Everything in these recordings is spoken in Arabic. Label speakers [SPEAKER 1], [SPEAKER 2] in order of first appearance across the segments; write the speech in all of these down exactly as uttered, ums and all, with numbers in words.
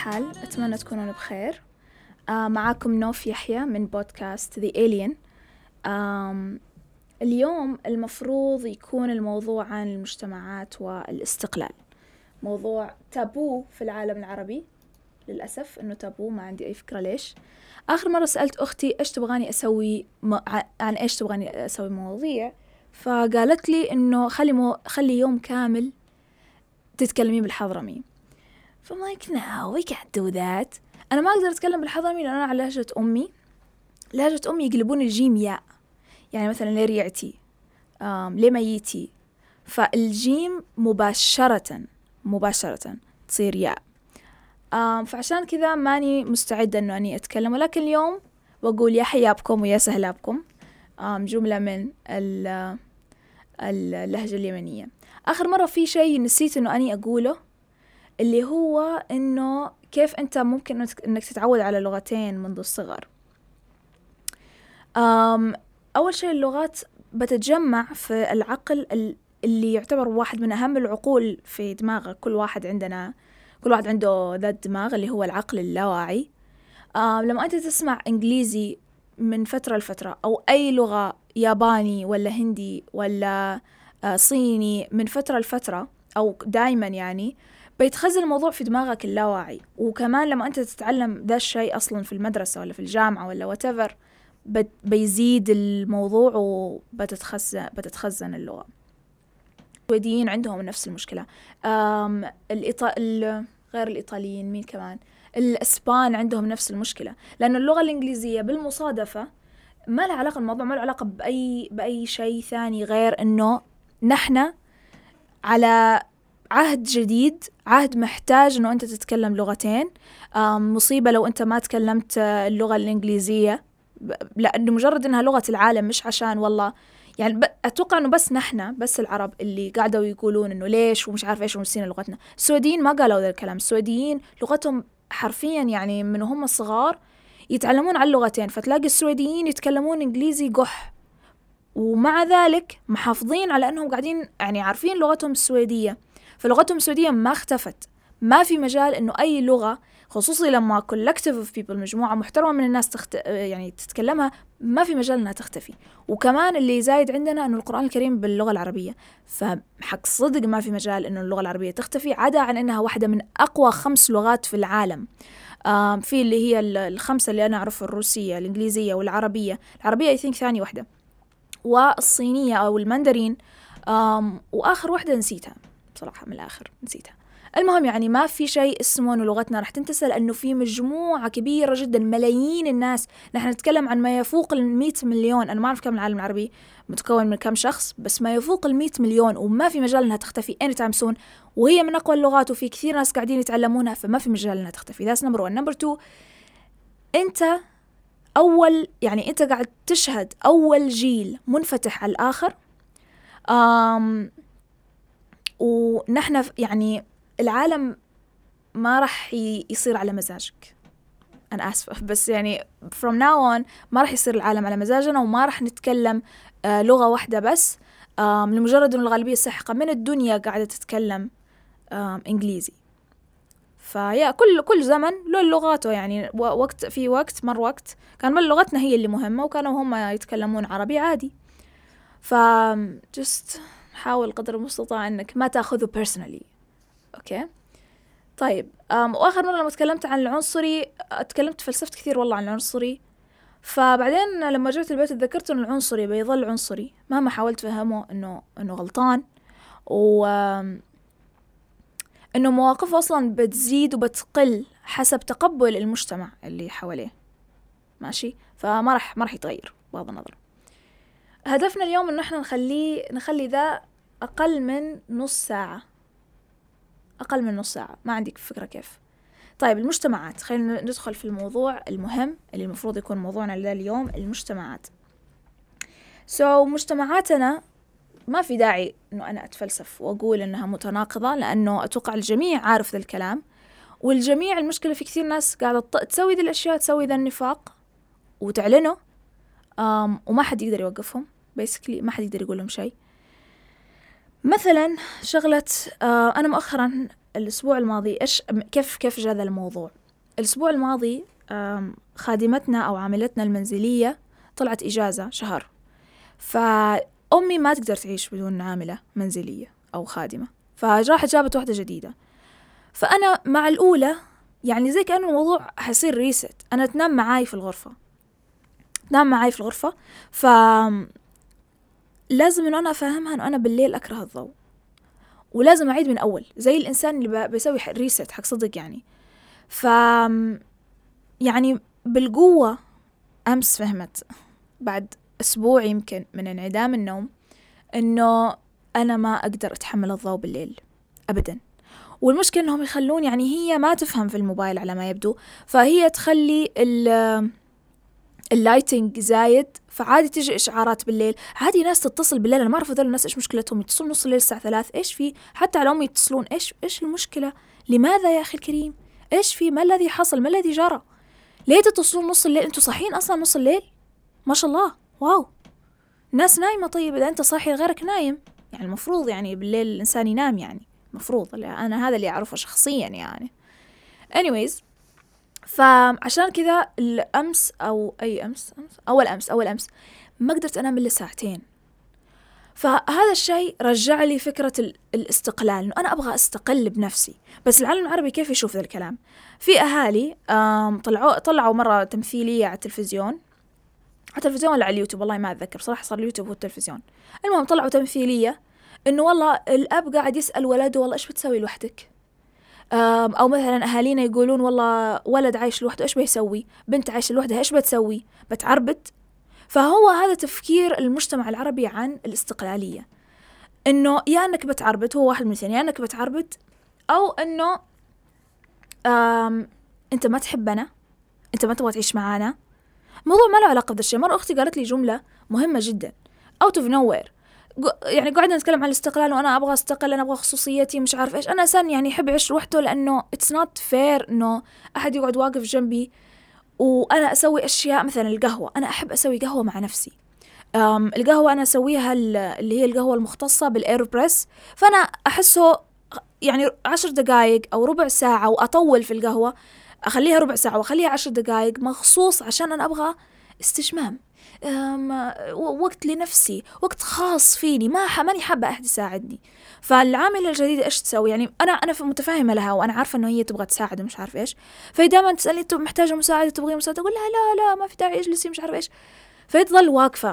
[SPEAKER 1] الحال؟ أتمنى تكونون بخير. آه معاكم نوف يحيى من بودكاست The Alien. آم اليوم المفروض يكون الموضوع عن المجتمعات والاستقلال، موضوع تابو في العالم العربي. للأسف أنه تابو، ما عندي أي فكرة ليش. آخر مرة سألت أختي إيش تبغاني أسوي م... عن إيش تبغاني أسوي مواضيع، فقالت لي إنه خلي مو... خلي يوم كامل تتكلمين بالحضرمي. فI'm like no we can't do that. أنا ما أقدر أتكلم بالحضرمي لأن أنا على لهجة أمي. لهجة أمي يقلبون الجيم ياء، يعني مثلا ليه ريعتي، ليه ميتي، فالجيم مباشرة مباشرة تصير ياء. فعشان كذا ماني مستعدة أنه أني أتكلم، ولكن اليوم بقول يا حيابكم ويا سهلابكم جملة من اللهجة اليمنية. آخر مرة في شيء نسيت أنه أني أقوله، اللي هو إنه كيف أنت ممكن إنك تتعود على لغتين منذ الصغر. أم أول شيء اللغات بتتجمع في العقل اللي يعتبر واحد من أهم العقول في دماغك. كل واحد عندنا كل واحد عنده ذات دماغ اللي هو العقل اللاواعي. لما أنت تسمع إنجليزي من فترة لفترة، أو أي لغة ياباني ولا هندي ولا صيني من فترة لفترة أو دايما، يعني بيتخزن الموضوع في دماغك اللاواعي. وكمان لما أنت تتعلم ذا الشيء أصلا في المدرسة ولا في الجامعة ولا whatever، بيزيد الموضوع وبتتخزن بتتخزن اللغة. السويديين عندهم نفس المشكلة. الإيطا... غير الإيطاليين مين كمان، الإسبان عندهم نفس المشكلة، لأن اللغة الإنجليزية بالمصادفة ما لها علاقة، الموضوع ما له علاقة بأي بأي شيء ثاني غير إنه نحن على عهد جديد، عهد محتاج إنه أنت تتكلم لغتين. مصيبة لو أنت ما تكلمت اللغة الإنجليزية، لأنه مجرد إنها لغة العالم، مش عشان والله يعني أتوقع إنه بس نحن بس العرب اللي قاعدوا يقولون إنه ليش ومش عارف إيش ونسينا لغتنا. السويديين ما قالوا ذا الكلام. السويديين لغتهم حرفيا يعني من هم صغار يتعلمون على اللغتين، فتلاقي السويديين يتكلمون إنجليزي قح، ومع ذلك محافظين على أنهم قاعدين يعني عارفين لغتهم السويدية. فلغتهم السويدية ما اختفت. ما في مجال أنه أي لغة، خصوصي لما collective of people، مجموعة محترمة من الناس تخت... يعني تتكلمها، ما في مجال أنها تختفي. وكمان اللي زايد عندنا أنه القرآن الكريم باللغة العربية، فحق صدق ما في مجال أنه اللغة العربية تختفي، عدا عن أنها واحدة من أقوى خمس لغات في العالم. في اللي هي الخمسة اللي أنا أعرف، الروسية، الإنجليزية، والعربية. العربية I think ثاني واحدة، والصينية أو الماندرين، وآخر واحدة نسيتها بصراحة، من الآخر نسيتها. المهم يعني ما في شيء اسمه أنه لغتنا رح تنتسى، لأنه في مجموعة كبيرة جدا، ملايين الناس. نحن نتكلم عن ما يفوق المئة مليون. أنا ما أعرف كم العالم العربي متكون من كم شخص، بس ما يفوق المئة مليون، وما في مجال أنها تختفي anytime soon. وهي من أقوى اللغات، وفي كثير ناس قاعدين يتعلمونها، فما في مجال أنها تختفي. that's number one. number two، أنت أول يعني أنت قاعد تشهد أول جيل منفتح على الآخر. أم ونحن يعني العالم ما رح يصير على مزاجك، أنا آسفة، بس يعني from now on ما رح يصير العالم على مزاجنا، وما رح نتكلم آه لغة واحدة بس، لمجرد أن الغالبية الساحقة من الدنيا قاعدة تتكلم إنجليزي. فيا كل كل زمن له لغاته، يعني وقت في وقت مر وقت كان من لغتنا هي اللي مهمة، وكانوا هم يتكلمون عربي عادي. ف just حاول قدر المستطاع أنك ما تأخذه personally. أوكي طيب. وآخر مرة لما تكلمت عن العنصري، تكلمت فلسفت كثير والله عن العنصري. فبعدين لما جيت البيت تذكرت أن العنصري بيظل عنصري مهما حاولت فهمه أنه أنه غلطان، و أنه مواقفه أصلا بتزيد وبتقل حسب تقبل المجتمع اللي حواليه. ماشي، فما رح ما رح يتغير بغض النظر. هدفنا اليوم إنه إحنا نخليه نخلي ذا أقل من نص ساعة، أقل من نص ساعة، ما عندك فكرة كيف. طيب المجتمعات، خلينا ندخل في الموضوع المهم اللي المفروض يكون موضوعنا لذا اليوم، المجتمعات. so مجتمعاتنا ما في داعي إنه أنا أتفلسف وأقول إنها متناقضة، لأنه أتوقع الجميع عارف ذا الكلام، والجميع المشكلة في كثير ناس قاعدة تسوي ذي الأشياء، تسوي ذا النفاق وتعلنه، وما حد يقدر يوقفهم basically، ما حد يقدر يقول لهم شيء. مثلا شغلة أنا مؤخرا الأسبوع الماضي إيش كيف كيف جاء ذا الموضوع. الأسبوع الماضي خادمتنا أو عاملتنا المنزلية طلعت إجازة شهر، فأمي ما تقدر تعيش بدون عاملة منزلية أو خادمة، فراحت جابت واحدة جديدة. فأنا مع الأولى يعني زي كأنه الموضوع حيصير ريست، أنا تنام معاي في الغرفة تنام معاي في الغرفة فلازم إنه أنا أفهمها إنه أنا بالليل أكره الضوء، ولازم أعيد من أول زي الإنسان اللي بيسوي ريست حق صدق يعني. ف يعني بالقوة أمس فهمت بعد أسبوع يمكن من انعدام النوم إنه أنا ما أقدر أتحمل الضوء بالليل أبدا. والمشكلة إنهم يخلون يعني هي ما تفهم في الموبايل على ما يبدو، فهي تخلي اللايتنج زايد، فعادي تجي إشعارات بالليل. عادي ناس تتصل بالليل، أنا ما أعرف هذول الناس إيش مشكلتهم يتصلون نص الليل الساعة ثلاث، إيش في؟ حتى على أمي يتصلون، إيش إيش المشكلة؟ لماذا يا أخي الكريم؟ إيش في؟ ما الذي حصل؟ ما الذي جرى؟ ليه تتصلون نص الليل؟ أنتوا صاحيين أصلا نص الليل؟ ما شاء الله، واو، ناس نايمة. طيب إذا أنت صاحي غيرك نايم، يعني المفروض يعني بالليل الإنسان ينام، يعني مفروض، أنا هذا اللي أعرفه شخصيا يعني. anyways، فعشان كذا الأمس أو أي أمس أمس أول أمس أول أمس ما قدرت أنام إلا ساعتين. فهذا الشيء رجع لي فكرة الاستقلال، إنه أنا أبغى أستقل بنفسي. بس العالم العربي كيف يشوف ذا الكلام؟ في أهالي طلعوا طلعوا مرة تمثيلية على التلفزيون على التلفزيون ولا على اليوتيوب، والله ما أتذكر صراحة، صار اليوتيوب والتلفزيون. المهم طلعوا تمثيلية إنه والله الأب قاعد يسأل ولده والله إيش بتسوي لوحدك، أو مثلا أهالينا يقولون والله ولد عايش لوحده إيش بيسوي، بنت عايشة لوحدها إيش بتسوي، بتعربت. فهو هذا تفكير المجتمع العربي عن الاستقلالية، إنه يا أنك بتعربت، هو واحد من الاثنين، يا أنك بتعربت أو إنه أنت ما تحبنا، أنت ما تبغى تعيش معانا. موضوع ما له علاقة بهذا الشيء. مرة أختي قالت لي جملة مهمة جدا out of nowhere، يعني قاعدة نتكلم عن الاستقلال وأنا أبغى أستقل، أنا أبغى خصوصيتي، مش عارف إيش. أنا إنسان يعني يحب يعيش لوحده، لأنه it's not fair إنه أحد يقعد واقف جنبي وأنا أسوي أشياء. مثلا القهوة، أنا أحب أسوي قهوة مع نفسي. القهوة أنا أسويها اللي هي القهوة المختصة بالإيروبريس، فأنا أحسه يعني عشر دقائق أو ربع ساعة وأطول في القهوة، أخليها ربع ساعة وأخليها عشر دقائق مخصوص عشان أنا أبغى استجمام، وقت لنفسي، وقت خاص فيني، ما ماني حابة أحد يساعدني. فالعاملة الجديدة إيش تسوي؟ يعني أنا أنا متفاهمة لها وأنا عارفة إنه هي تبغى تساعد ومش عارف إيش، فهي دائما تسألني أنت محتاجة مساعدة، تبغي مساعدة؟ أقول لها لا لا ما في داعي، اجلسي مش عارف إيش. فيتظل واقفة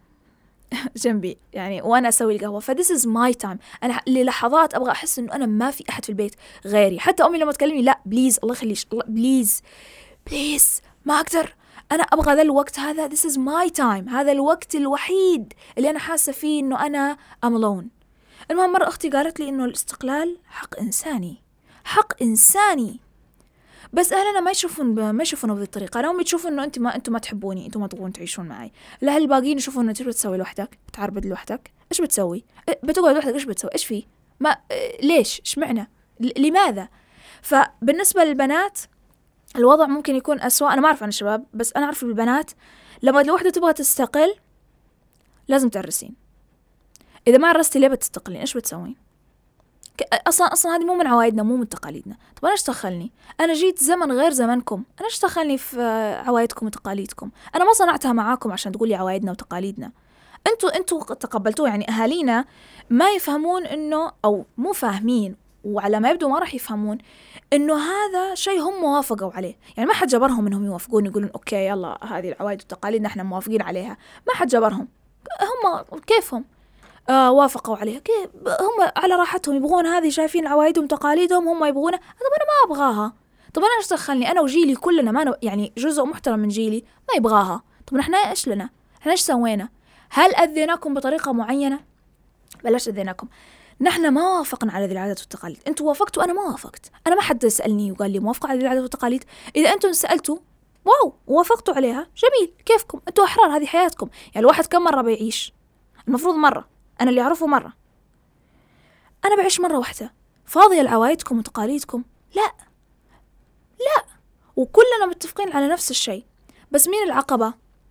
[SPEAKER 1] جنبي يعني وأنا أسوي القهوة. فديس is my time. أنا للحظات أبغى أحس إنه أنا ما في أحد في البيت غيري. حتى أمي لما تكلمني لا بليز الله يخليش، الله بليز بليز ما أقدر، أنا أبغى ذا الوقت هذا، this is my time، هذا الوقت الوحيد اللي أنا حاسة فيه إنه أنا I'm alone. المهم مرة أختي قالت لي إنه الاستقلال حق إنساني، حق إنساني، بس أهلنا ما يشوفون ما يشوفونه بهذه الطريقة. أنا هم يشوفون إنه أنت ما أنتم ما تحبوني، أنتم ما تبغون تعيشون معي. الأهل الباقيين يشوفون إنه إيش بتسوي لوحدك، بتعربد لوحدك، إيش بتسوي، بتقعد لوحدك، إيش بتسوي، إيش فيه، ما ليش، إيش معنى، لماذا؟ فبالنسبة للبنات الوضع ممكن يكون أسوأ. أنا ما أعرف عن الشباب، بس أنا أعرف البنات لما الوحدة تبغى تستقل لازم تعرسين. إذا ما عرستي ليه بتستقلين؟ إيش بتسوين؟ أصلا أصلا هذه مو من عوايدنا، مو من تقاليدنا. طب أنا إيش دخلني؟ أنا جيت زمن غير زمنكم، أنا إيش دخلني في عوايدكم وتقاليدكم؟ أنا ما صنعتها معاكم عشان تقولي عوايدنا وتقاليدنا. أنتوا أنتوا تقبلتوه. يعني أهالينا ما يفهمون إنه، أو مو فاهمين، وعلى ما يبدو ما راح يفهمون إنه هذا شيء هم موافقوا عليه. يعني ما حد جبرهم إنهم يوافقون يقولون أوكي يلا هذه العوايد والتقاليد نحن موافقين عليها. ما حد جبرهم، هم كيفهم آه وافقوا عليها، كيف هم على راحتهم يبغون هذه، شايفين عوايدهم وتقاليدهم هم يبغونها. طب أنا ما أبغاها، طب أنا إيش دخلني؟ أنا وجيلي كلنا ما ن... يعني جزء محترم من جيلي ما يبغاها. طب نحن إيش لنا؟ نحن إيش سوينا؟ هل أذيناكم بطريقة معينة؟ بلاش أذيناكم، نحن ما وافقنا على ذي العادات والتقاليد. أنتوا وافقتوا، أنا ما وافقت. أنا ما حد سألني وقال لي موافقة على ذي العادات والتقاليد. إذا أنتم سألتوا واو ووافقتوا عليها جميل، كيفكم، أنتوا أحرار، هذه حياتكم. يعني الواحد كم مرة بيعيش؟ المفروض مرة. أنا اللي أعرفه مرة، أنا بعيش مرة واحدة. فاضية لعوايدكم وتقاليدكم؟ لا لا، وكلنا متفقين على نفس الشيء. بس مين العقبة؟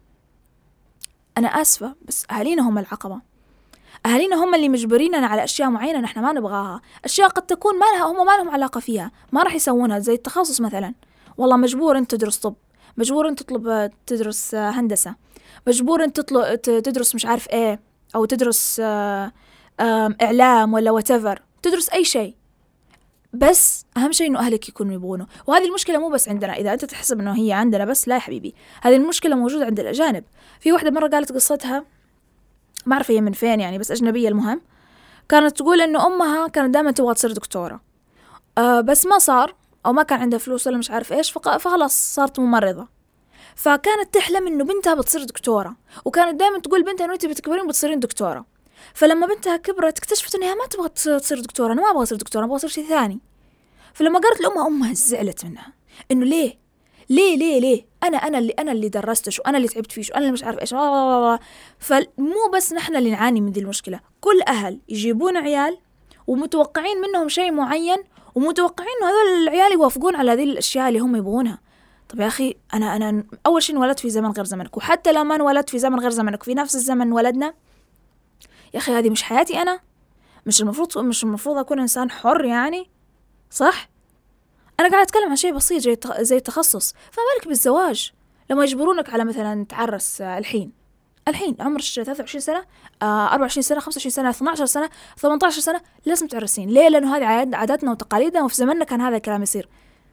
[SPEAKER 1] أنا آسفة بس أهالينا هم العقبة. أهالينا هم اللي مجبريننا على أشياء معينة نحن ما نبغاها، أشياء قد تكون ما لها، هم ما لهم علاقة فيها، ما راح يسوونها، زي التخصص مثلا. والله مجبور أنت تدرس طب، مجبور أنت تطلب تدرس هندسة، مجبور أنت تطلب تدرس مش عارف إيه، أو تدرس إعلام ولا whatever، تدرس أي شيء، بس أهم شيء إنه أهلك يكونوا يبغونه. وهذه المشكلة مو بس عندنا، إذا أنت تحسب إنه هي عندنا بس، لا يا حبيبي، هذه المشكلة موجودة عند الأجانب. في واحدة مرة قالت قصتها، ما أعرف هي من فين يعني، بس أجنبية المهم، كانت تقول إنه أمها كانت دائما تبغى تصير دكتورة، أه بس ما صار، أو ما كان عندها فلوس ولا مش عارف إيش، فخلاص صارت ممرضة. فكانت تحلم إنه بنتها بتصير دكتورة، وكانت دائما تقول بنتها إنه أنت بتكبرين بتصيرين دكتورة. فلما بنتها كبرت اكتشفت إنها ما تبغى تصير دكتورة، أنا ما أبغى أصير دكتورة، أبغى أصير شيء ثاني. فلما قالت لأمها، أمها زعلت منها، إنه ليه ليه ليه ليه أنا أنا اللي أنا اللي درستش، وأنا اللي تعبت فيش، وأنا اللي مش عارف إيش. فمو بس نحن اللي نعاني من ذي المشكلة، كل أهل يجيبون عيال ومتوقعين منهم شيء معين، ومتوقعين إنه هذول العيال يوافقون على ذي الأشياء اللي هم يبغونها. طب يا أخي، أنا أنا أول شيء انولدت في زمن غير زمنك، وحتى لما انولدت في زمن غير زمنك في نفس الزمن ولدنا، يا أخي هذه مش حياتي أنا، مش المفروض مش المفروض أكون إنسان حر يعني؟ صح؟ أنا قاعد أتكلم عن شيء بسيط زي زي التخصص، فما بالك بالزواج لما يجبرونك على مثلا تعرس الحين الحين عمرك ثلاثة وعشرين سنة، أربعة وعشرين سنة، خمسة وعشرين سنة، اثنا عشر سنة، ثمانية عشر سنة، لازم تعرسين. ليه؟ لأنه هذه عاداتنا وتقاليدنا، وفي زمننا كان هذا الكلام يصير.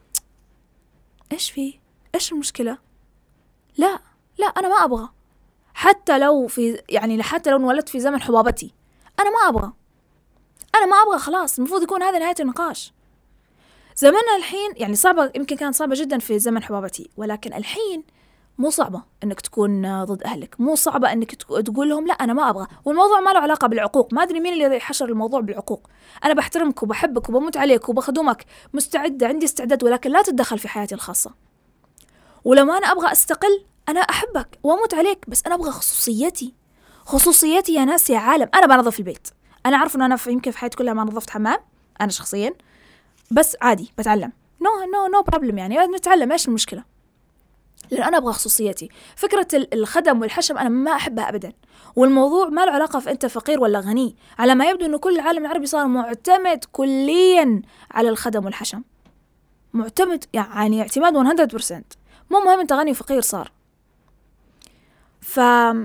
[SPEAKER 1] إيش فيه؟ إيش المشكلة؟ لا لا، أنا ما أبغى، حتى لو في يعني حتى لو انولدت في زمن حبابتي، أنا ما أبغى أنا ما أبغى خلاص، المفروض يكون هذا نهاية النقاش. زمننا الحين يعني صعبة، يمكن كانت صعبة جدا في زمن حبابتي، ولكن الحين مو صعبة انك تكون ضد اهلك، مو صعبة انك تقول لهم لا انا ما ابغى. والموضوع ما له علاقة بالعقوق، ما ادري مين اللي حشر الموضوع بالعقوق. انا بحترمك وبحبك وبموت عليك وبخدمك، مستعدة، عندي استعداد، ولكن لا تتدخل في حياتي الخاصة. ولما انا ابغى استقل، انا احبك واموت عليك، بس انا ابغى خصوصيتي. خصوصيتي يا ناس يا عالم. انا بنظف البيت، انا عارف ان انا في يمكن في حياتي كلها ما نظفت حمام انا شخصيا، بس عادي بتعلم، نو نو نو بروبلم يعني، نتعلم، ايش المشكلة؟ لأن أنا أبغى خصوصيتي. فكرة الخدم والحشم أنا ما أحبها أبدا، والموضوع ما له علاقة في أنت فقير ولا غني. على ما يبدو أنه كل العالم العربي صار معتمد كليا على الخدم والحشم، معتمد يعني اعتماد مية بالمية، مو مهم أنت غني وفقير صار. ف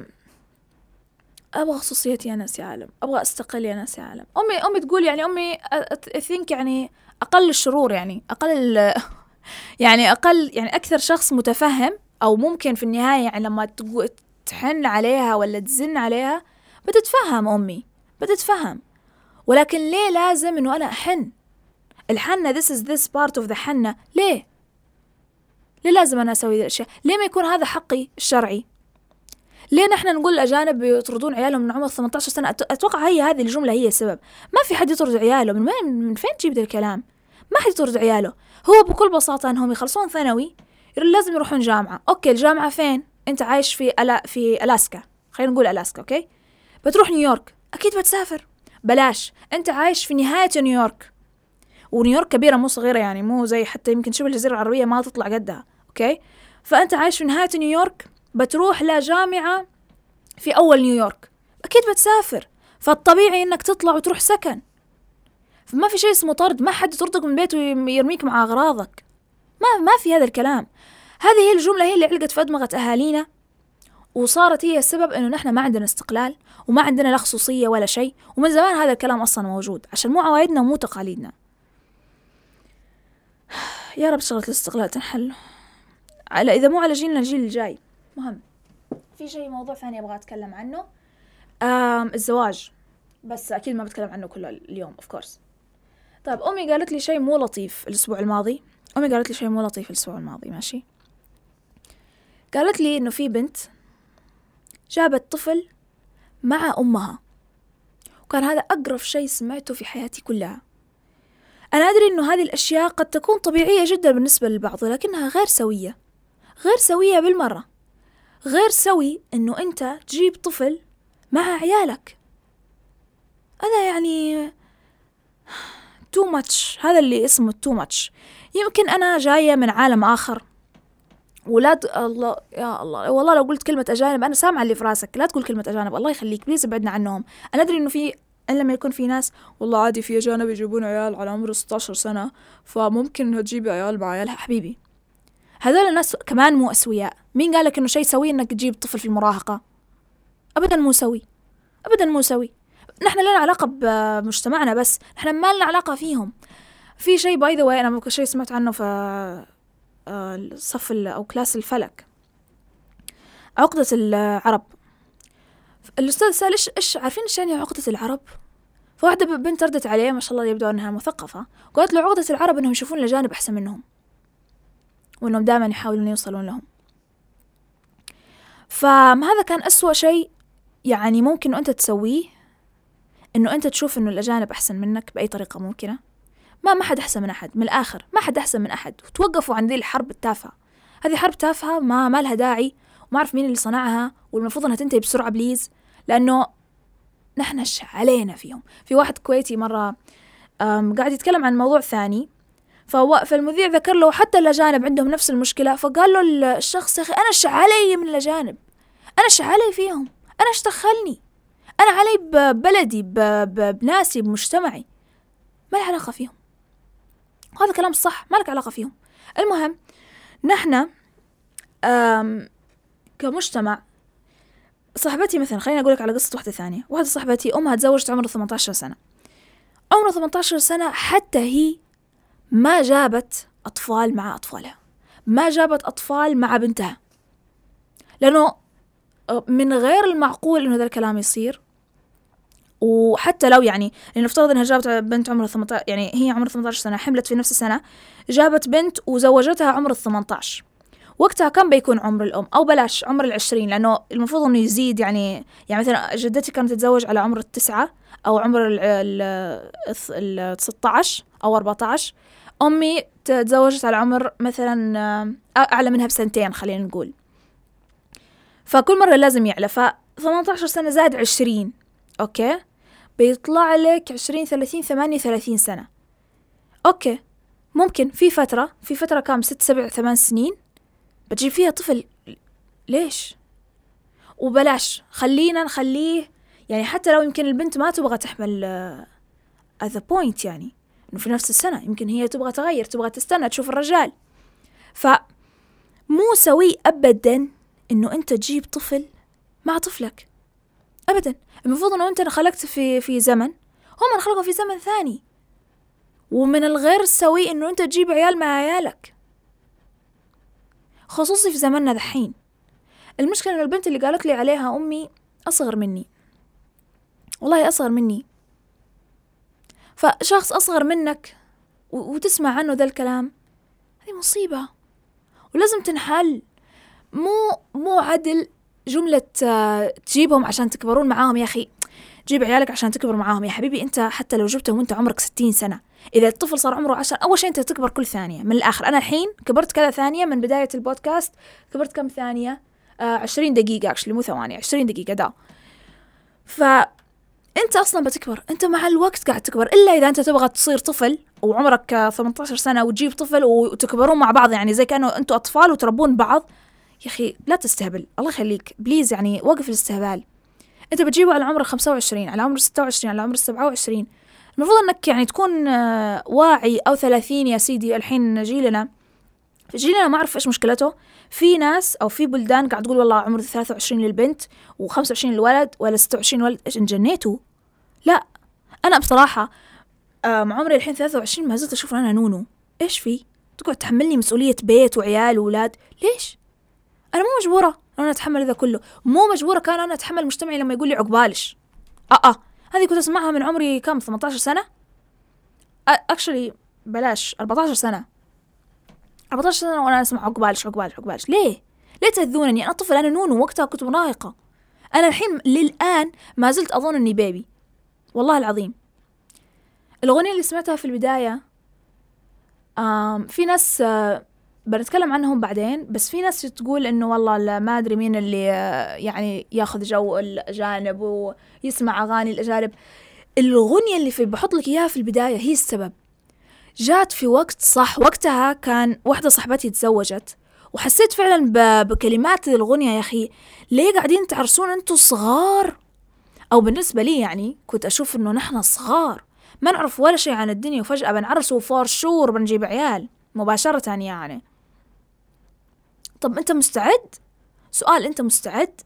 [SPEAKER 1] أبغى خصوصيتي يا ناس يا عالم، أبغى أستقل يا ناس يا عالم. أمي أمي تقول يعني أمي أثينك يعني أقل الشرور، يعني أقل يعني أقل يعني أكثر شخص متفهم، أو ممكن في النهاية يعني لما تحن عليها ولا تزن عليها بتتفهم. أمي بتتفهم، ولكن ليه لازم إنه أنا أحن؟ الحنة this is this part of the حنة. ليه؟ ليه لازم أنا أسوي الأشياء؟ ليه ما يكون هذا حقي الشرعي؟ ليه نحن نقول الأجانب يطردون عيالهم من عمر ثمانية عشر سنة؟ أتوقع هي هذه الجملة هي السبب. ما في حد يطرد عياله، من وين من فين تجيب ذا الكلام؟ ما حد يطرد عياله. هو بكل بساطة أنهم يخلصون ثانوي لازم يروحون جامعة. أوكي، الجامعة فين؟ أنت عايش في ألا في ألاسكا، خلينا نقول ألاسكا، أوكي، بتروح نيويورك، أكيد بتسافر. بلاش، أنت عايش في نهاية نيويورك، ونيويورك كبيرة مو صغيرة يعني، مو زي حتى يمكن شبه الجزيرة العربية ما تطلع قدها، أوكي. فأنت عايش في نهاية نيويورك، بتروح لجامعة في أول نيويورك، أكيد بتسافر. فالطبيعي إنك تطلع وتروح سكن. فما في شيء اسمه طرد، ما حد يطردك من بيته ويرميك مع أغراضك، ما ما في هذا الكلام. هذه هي الجملة هي اللي علقت في أدمغة أهالينا، وصارت هي السبب إنه نحن ما عندنا استقلال وما عندنا لا خصوصية ولا شيء. ومن زمان هذا الكلام أصلا موجود، عشان مو عوايدنا ومو تقاليدنا. يا رب شغلة الاستقلال تنحل، على إذا مو على جيلنا الجيل الجاي. مهم. في شيء موضوع ثاني أبغى أتكلم عنه، آم الزواج، بس أكيد ما بتكلم عنه كله اليوم of course. طيب، أمي قالت لي شيء مو لطيف الأسبوع الماضي أمي قالت لي شيء مو لطيف الأسبوع الماضي ماشي. قالت لي إنه في بنت جابت طفل مع أمها، وكان هذا أقرف شيء سمعته في حياتي كلها. أنا أدري إنه هذه الأشياء قد تكون طبيعية جدا بالنسبة للبعض، لكنها غير سوية، غير سوية بالمرة. غير سوي إنه أنت تجيب طفل مع عيالك، هذا يعني too much، هذا اللي اسمه too much. يمكن أنا جاية من عالم آخر، ولاد الله يا الله، والله لو قلت كلمة أجانب أنا سامعة اللي في راسك، لا تقول كلمة أجانب، الله يخليك، بليز ابعدنا عنهم. أنا أدري إنه في إن لما يكون في ناس والله عادي في أجانب يجيبون عيال على عمر ستة عشر سنة، فممكن إنها تجيب عيال مع عيالها. حبيبي هذول الناس كمان مو أسوياء. مين قالك إنه شيء سوي إنك تجيب طفل في المراهقة؟ أبدا مو سوي، أبدا مو سوي. نحن لنا علاقة بمجتمعنا بس، نحن ما لنا علاقة فيهم. في شيء باي ذا واي أنا شيء سمعت عنه في الصف أو كلاس الفلك، عقدة العرب. الأستاذ سأل إيش إيش عارفين إيش يعني عقدة العرب؟ فواحدة بنت ردت عليه ما شاء الله يبدو أنها مثقفة، قالت له عقدة العرب إنهم يشوفون الأجانب أحسن منهم، وإنهم دائما يحاولون يوصلون لهم. فهذا كان أسوأ شيء يعني ممكن أنت تسويه، إنه أنت تشوف إنه الأجانب أحسن منك بأي طريقة ممكنة. ما ما حد أحسن من أحد، من الآخر ما حد أحسن من أحد. وتوقفوا عن ذي الحرب التافهة. هذه حرب تافهة ما ما لها داعي، وما أعرف مين اللي صنعها، والمفروض أنها تنتهي بسرعة بليز، لأنه نحن علينا فيهم. في واحد كويتي مرة قاعد يتكلم عن موضوع ثاني، فالمذيع ذكر له حتى الأجانب عندهم نفس المشكلة، فقال له الشخص يا أخي أنا إيش علي من الأجانب؟ أنا إيش علي فيهم؟ أنا إيش دخلني؟ أنا علي ببلدي بناسي بمجتمعي، ما لي علاقة فيهم. هذا كلام صح، ما لك علاقة فيهم. المهم نحن كمجتمع، صاحبتي مثلا، خليني أقولك على قصة واحدة ثانية. واحدة صاحبتي أمها تزوجت عمرها ثمانية عشر سنة، عمرها ثمانية عشر سنة حتى هي ما جابت أطفال مع أطفالها، ما جابت أطفال مع بنتها، لأنه من غير المعقول إنه هذا الكلام يصير. وحتى لو يعني نفترض إنها جابت بنت عمرها ثمانية عشر، يعني هي عمرها ثمانية عشر سنة، حملت في نفس السنة، جابت بنت وزوجتها عمر الثمانية عشر، وقتها كم بيكون عمر الأم؟ أو بلاش عمر العشرين، لأنه المفروض إنه يزيد. يعني يعني مثلا جدتي كانت تتزوج على عمر التسعة أو عمر ال ستة عشر أو أربعة عشر، أمي تزوجت على عمر مثلا أعلى منها بسنتين خلينا نقول، فكل مرة لازم يعلى. ف ثمانية عشر سنة زائد عشرين، أوكي، بيطلع لك عشرين ثلاثين ثمانية ثلاثين سنة. أوكي، ممكن في فترة في فترة كام ست سبع ثمان سنين بتجيب فيها طفل، ليش؟ وبلاش خلينا نخليه يعني حتى لو يمكن البنت ما تبغى تحمل at the point، يعني إنه في نفس السنة يمكن هي تبغى تغير، تبغى تستنى تشوف الرجال. فمو سوي أبدا إنه أنت تجيب طفل مع طفلك أبدا. المفروض إنه أنت خلقت في في زمن، هم خلقوا في زمن ثاني. ومن الغير سوي إنه أنت تجيب عيال مع عيالك، خصوصي في زمننا دحين. المشكلة إنه البنت اللي قالت لي عليها أمي أصغر مني، والله أصغر مني. فشخص أصغر منك وتسمع عنه ذا الكلام، هذه مصيبة ولازم تنحل. مو مو عدل جملة تجيبهم عشان تكبرون معاهم. يا أخي جيب عيالك عشان تكبر معاهم يا حبيبي. أنت حتى لو جبتهم وأنت عمرك ستين سنة، إذا الطفل صار عمره عشر، أول شيء أنت تكبر كل ثانية. من الآخر أنا الحين كبرت كذا ثانية من بداية البودكاست، كبرت كم ثانية؟ آه عشرين دقيقة actually، مو ثواني، عشرين دقيقة دا. فأنت أصلا بتكبر، أنت مع الوقت قاعد تكبر، إلا إذا أنت تبغى تصير طفل وعمرك ثمانية عشر سنة وتجيب طفل وتكبرون مع بعض، يعني زي كأنه أنتوا أطفال وتربون بعض. يا أخي لا تستهبل، الله يخليك بليز، يعني وقف الاستهبال. أنت بتجيبه على عمر خمسة وعشرين، على عمر ستة وعشرين، على عمر سبعة وعشرين. المفروض أنك يعني تكون واعي. أو ثلاثين يا سيدي. الحين جيلنا في جيلنا ما أعرف إيش مشكلته، في ناس أو في بلدان قاعد تقول والله عمر ثلاثة وعشرين للبنت وخمسة وعشرين للولد، ولا ستة وعشرين ولد. إيش انجنيتوا؟ لا، أنا بصراحة عمري الحين ثلاثة وعشرين ما زلت أشوف أنا نونو. إيش في تقعد تحملني مسؤولية بيت وعيال وولاد؟ ليش؟ أنا مو مجبورة أنا أتحمل هذا كله، مو مجبورة كان أنا أتحمل مجتمعي لما يقول لي عقبالش. أه أه هذه كنت أسمعها من عمري كم ثمانية عشر سنة، أكشلي بلاش أربعة عشر سنة، أربعة عشر سنة وأنا أسمع عقبالش عقبالش عقبالش. ليه؟ ليه تهذونني؟ أنا طفل، أنا نونو، وقتها كنت مراهقة. أنا الحين للآن ما زلت أظن أني بيبي، والله العظيم. الأغنية اللي سمعتها في البداية آم في ناس آه بنتكلم عنهم بعدين، بس في ناس تقول إنه والله ما أدري مين اللي يعني ياخذ جو الأجانب ويسمع أغاني الأجانب. الأغنية اللي في بحط لك إياها في البداية هي السبب. جات في وقت صح، وقتها كان واحدة صاحبتي تزوجت، وحسيت فعلا بكلمات الأغنية يا أخي ليه قاعدين تعرسون أنتوا صغار؟ أو بالنسبة لي يعني كنت أشوف إنه نحن صغار ما نعرف ولا شيء عن الدنيا، وفجأة بنعرس وفور شور بنجيب عيال مباشرة يعني. طب أنت مستعد؟ سؤال، أنت مستعد؟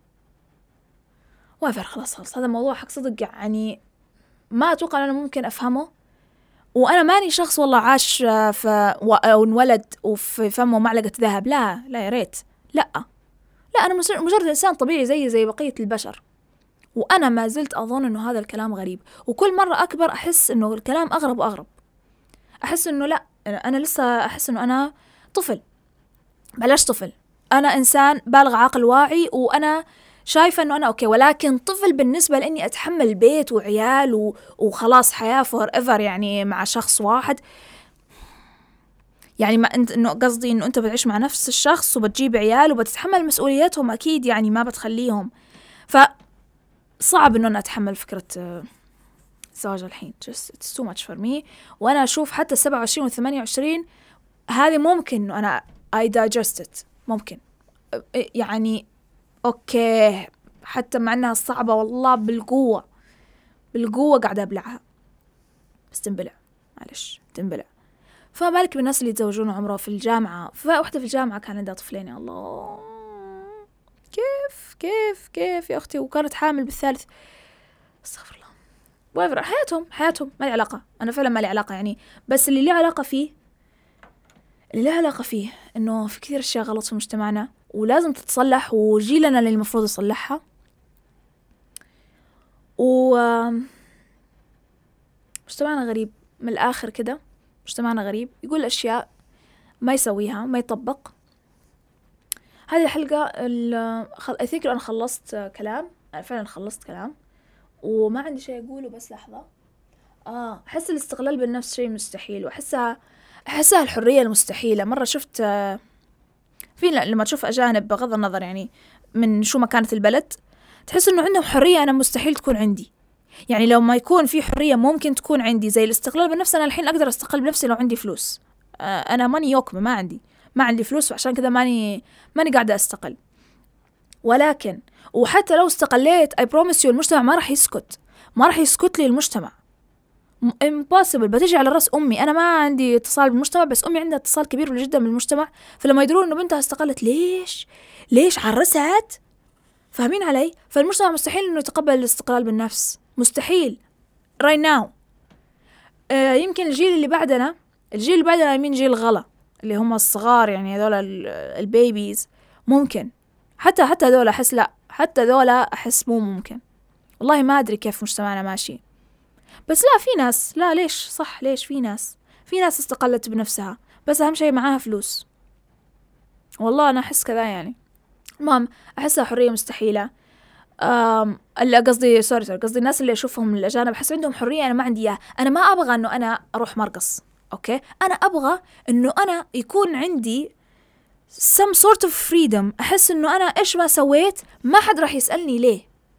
[SPEAKER 1] وافر خلاص خلاص هذا الموضوع حق صدق يعني ما أتوقع أن أنا ممكن أفهمه. وأنا ماني شخص والله عاش في أو انولد وفي فمه معلقة ذهب، لا لا يا ريت، لا لا أنا مجرد إنسان طبيعي زي زي بقية البشر. وأنا ما زلت أظن إنه هذا الكلام غريب، وكل مرة أكبر أحس إنه الكلام أغرب وأغرب. أحس إنه لا، أنا لسه أحس إنه أنا طفل. بلاش طفل، أنا إنسان بالغ عاقل واعي، وأنا شايفة إنه أنا أوكي، ولكن طفل بالنسبة لإني أتحمل بيت وعيال و... وخلاص حياة فور إيفر يعني مع شخص واحد. يعني ما أنت إنه قصدي إنه أنت بتعيش مع نفس الشخص وبتجيب عيال وبتتحمل مسؤولياتهم أكيد، يعني ما بتخليهم. فصعب إنه أنا أتحمل فكرة الزواج الحين. just it's too much for me. وأنا أشوف حتى السبعة وعشرين والثمانية وعشرين هذه ممكن إنه أنا I digest it، ممكن يعني أوكي، حتى مع أنها صعبة والله بالقوة بالقوة قاعدة أبلعها، بس تنبلع، معلش تنبلع. فمالك بالناس اللي يتزوجون عمره في الجامعة. فواحدة في الجامعة كان عندها طفلين، يا الله كيف كيف كيف يا أختي، وكانت حامل بالثالث. استغفر الله. وافر حياتهم حياتهم ما لي علاقة، أنا فعلا ما لي علاقة يعني. بس اللي لي علاقة فيه اللي له علاقة فيه إنه في كثير أشياء غلط في مجتمعنا ولازم تتصلح، وجيلنا اللي المفروض يصلحها. ومجتمعنا غريب من الآخر كده، مجتمعنا غريب، يقول أشياء ما يسويها، ما يطبق. هذه الحلقة خل... I think أنا خلصت كلام، أنا فعلا خلصت كلام وما عندي شيء أقوله. بس لحظة، آه أحس الاستقلال بالنفس شيء مستحيل، وأحسها أحسها الحرية المستحيلة. مرة شفت في لما تشوف أجانب بغض النظر يعني من شو مكانة البلد، تحس إنه عندهم حرية أنا مستحيل تكون عندي. يعني لو ما يكون في حرية ممكن تكون عندي زي الاستقلال بالنفس، أنا الحين أقدر أستقل بنفسي لو عندي فلوس. آه أنا ماني يوكم، ما عندي ما عندي فلوس، وعشان كذا ماني ماني قاعدة أستقل. ولكن وحتى لو استقليت I promise you المجتمع ما راح يسكت، ما راح يسكت لي المجتمع. impossible. بتجي على رأس أمي، أنا ما عندي اتصال بالمجتمع بس أمي عندها اتصال كبير جدا بالمجتمع. فلما يدرون إنه بنتها استقلت، ليش ليش عرست، فاهمين علي؟ فالمجتمع مستحيل إنه يتقبل الاستقلال بالنفس، مستحيل right now. آه يمكن الجيل اللي بعدنا الجيل اللي بعدنا يمين جيل غلا اللي هم الصغار، يعني هذول البيبيز، ممكن حتى حتى هذول أحس لا حتى هذول أحس مو ممكن. والله ما أدري كيف مجتمعنا ماشي. بس لا، في ناس لا ليش صح ليش في ناس في ناس استقلت بنفسها، بس أهم شيء معاها فلوس. والله أنا أحس كذا يعني. المهم أحسها حرية مستحيلة. أم اللي قصدي سوري سوري قصدي الناس اللي أشوفهم الأجانب أحس عندهم حرية أنا ما عندي إياها. أنا ما أبغى إنه أنا أروح مرقص، أوكي، أنا أبغى إنه أنا يكون عندي some sort of freedom. أحس إنه أنا إيش ما سويت ما حد راح يسألني ليه.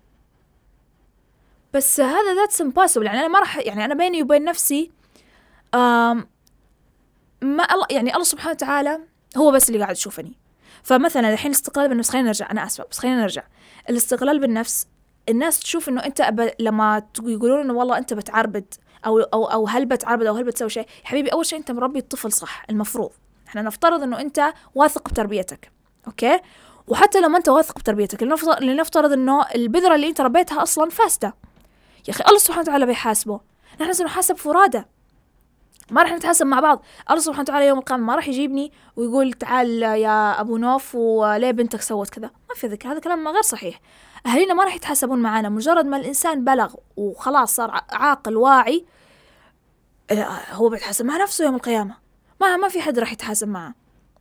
[SPEAKER 1] بس هذا that's impossible. يعني أنا ما راح يعني أنا بيني وبين نفسي أم ما الله يعني الله سبحانه وتعالى هو بس اللي قاعد يشوفني. فمثلا الحين الاستقلال بالنفس، خلينا نرجع، أنا أسفة بس خلينا نرجع. الاستقلال بالنفس، الناس تشوف إنه أنت أب... لما يقولون إنه والله أنت بتعربد أو أو أو هل بتعربد أو هل بتسوي شيء، يا حبيبي أول شيء أنت مربي الطفل صح. المفروض إحنا نفترض إنه أنت واثق بتربيتك، أوكي. وحتى لما أنت واثق بتربيتك، لنفترض, لنفترض إنه البذرة اللي أنت ربيتها أصلا فاسدة، يا أخي الله سبحانه وتعالى بيحاسبه. نحن سنحاسب فرادى، ما راح نتحاسب مع بعض. الله سبحانه وتعالى يوم القيامة ما راح يجيبني ويقول تعال يا أبو نوف وليه بنتك سوت كذا، ما في ذلك، هذا كلام غير صحيح. أهلنا ما راح يتحاسبون معنا. مجرد ما الإنسان بلغ وخلاص صار عاقل واعي، هو بيتحاسب مع نفسه يوم القيامة، ما ما في حد راح يتحاسب معه.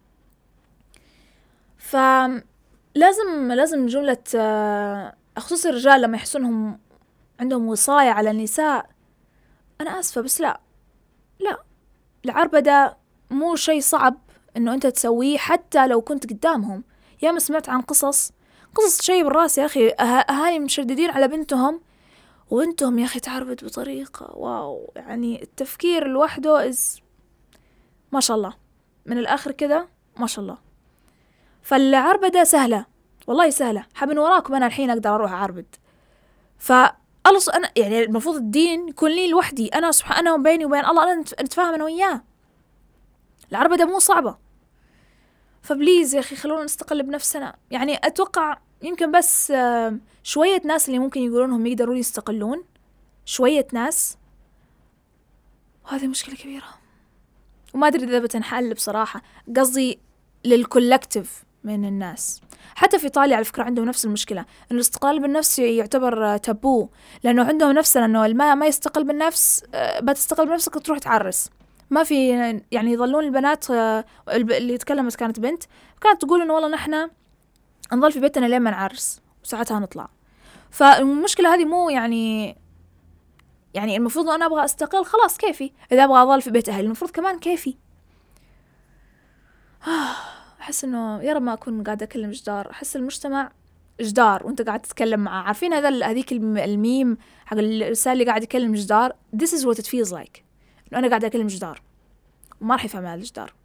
[SPEAKER 1] فلازم لازم جملة خصوص الرجال لما يحسونهم عندهم وصاية على النساء، أنا آسفة بس لا لا العربدة مو شيء صعب إنه أنت تسويه حتى لو كنت قدامهم. يا ما سمعت عن قصص قصص شيء بالراس يا أخي، أهالي مشددين على بنتهم وبنتهم يا أخي تعربد بطريقة واو. يعني التفكير لوحده إز ما شاء الله، من الآخر كده ما شاء الله. فالعربدة سهلة والله سهلة، حبن وراكم أنا الحين أقدر أروح أعربد. فالله أنا يعني المفروض الدين يكون لي لوحدي، أنا سبحان أنا وبيني وبين الله أنا نتفاهم أنا وياه. العربدة مو صعبة. فبليز يا أخي خلونا نستقل بنفسنا. يعني أتوقع يمكن بس شوية ناس اللي ممكن يقولونهم يقدروا يستقلون، شوية ناس، وهذه مشكلة كبيرة وما أدري إذا بتنحل بصراحة. قصدي للكولكتيف من الناس. حتى في إيطاليا على فكرة عندهم نفس المشكلة، إنه الاستقلال بالنفس يعتبر تابو، لأنه عندهم نفسنا إنه ما ما يستقل بالنفس بتستقل بنفسك وتروح تعرس. ما في يعني يظلون البنات. اللي تكلمت كانت بنت كانت تقول إنه والله نحنا نظل في بيتنا لين ما نعرس وساعتها نطلع. فالمشكلة هذه مو يعني يعني المفروض أنا أبغى أستقل خلاص كيفي، إذا أبغى أظل في بيت أهلي المفروض كمان كيفي. أحس إنه يا رب ما أكون قاعدة أكلم جدار. أحس المجتمع جدار وأنت قاعد تتكلم معه. عارفين هذا هذيك الميم حق الرسالة اللي قاعد يكلم جدار؟ This is what it feels like. إنه أنا قاعدة أكلم جدار وما راح يفهم هذا الجدار.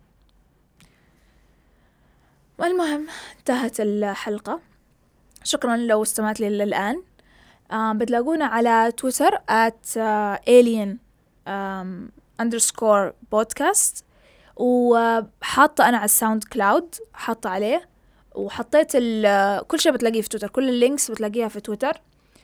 [SPEAKER 1] والمهم انتهت الحلقة. شكرا لو استمعت لي للآن. بتلاقونا على تويتر at alien underscore podcast، وحاطة أنا على الساوند كلاود حاطة عليه، وحطيت كل شيء بتلاقيه في تويتر، كل اللينكس بتلاقيها في تويتر.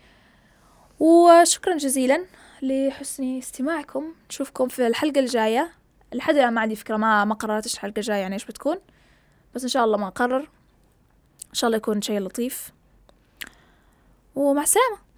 [SPEAKER 1] وشكرا جزيلا لحسن استماعكم. نشوفكم في الحلقة الجاية. لحد الآن ما عندي فكرة، ما ما قررت إيش الحلقة الجاية يعني إيش بتكون، بس إن شاء الله ما أقرر. إن شاء الله يكون شيء لطيف، ومع السلامة.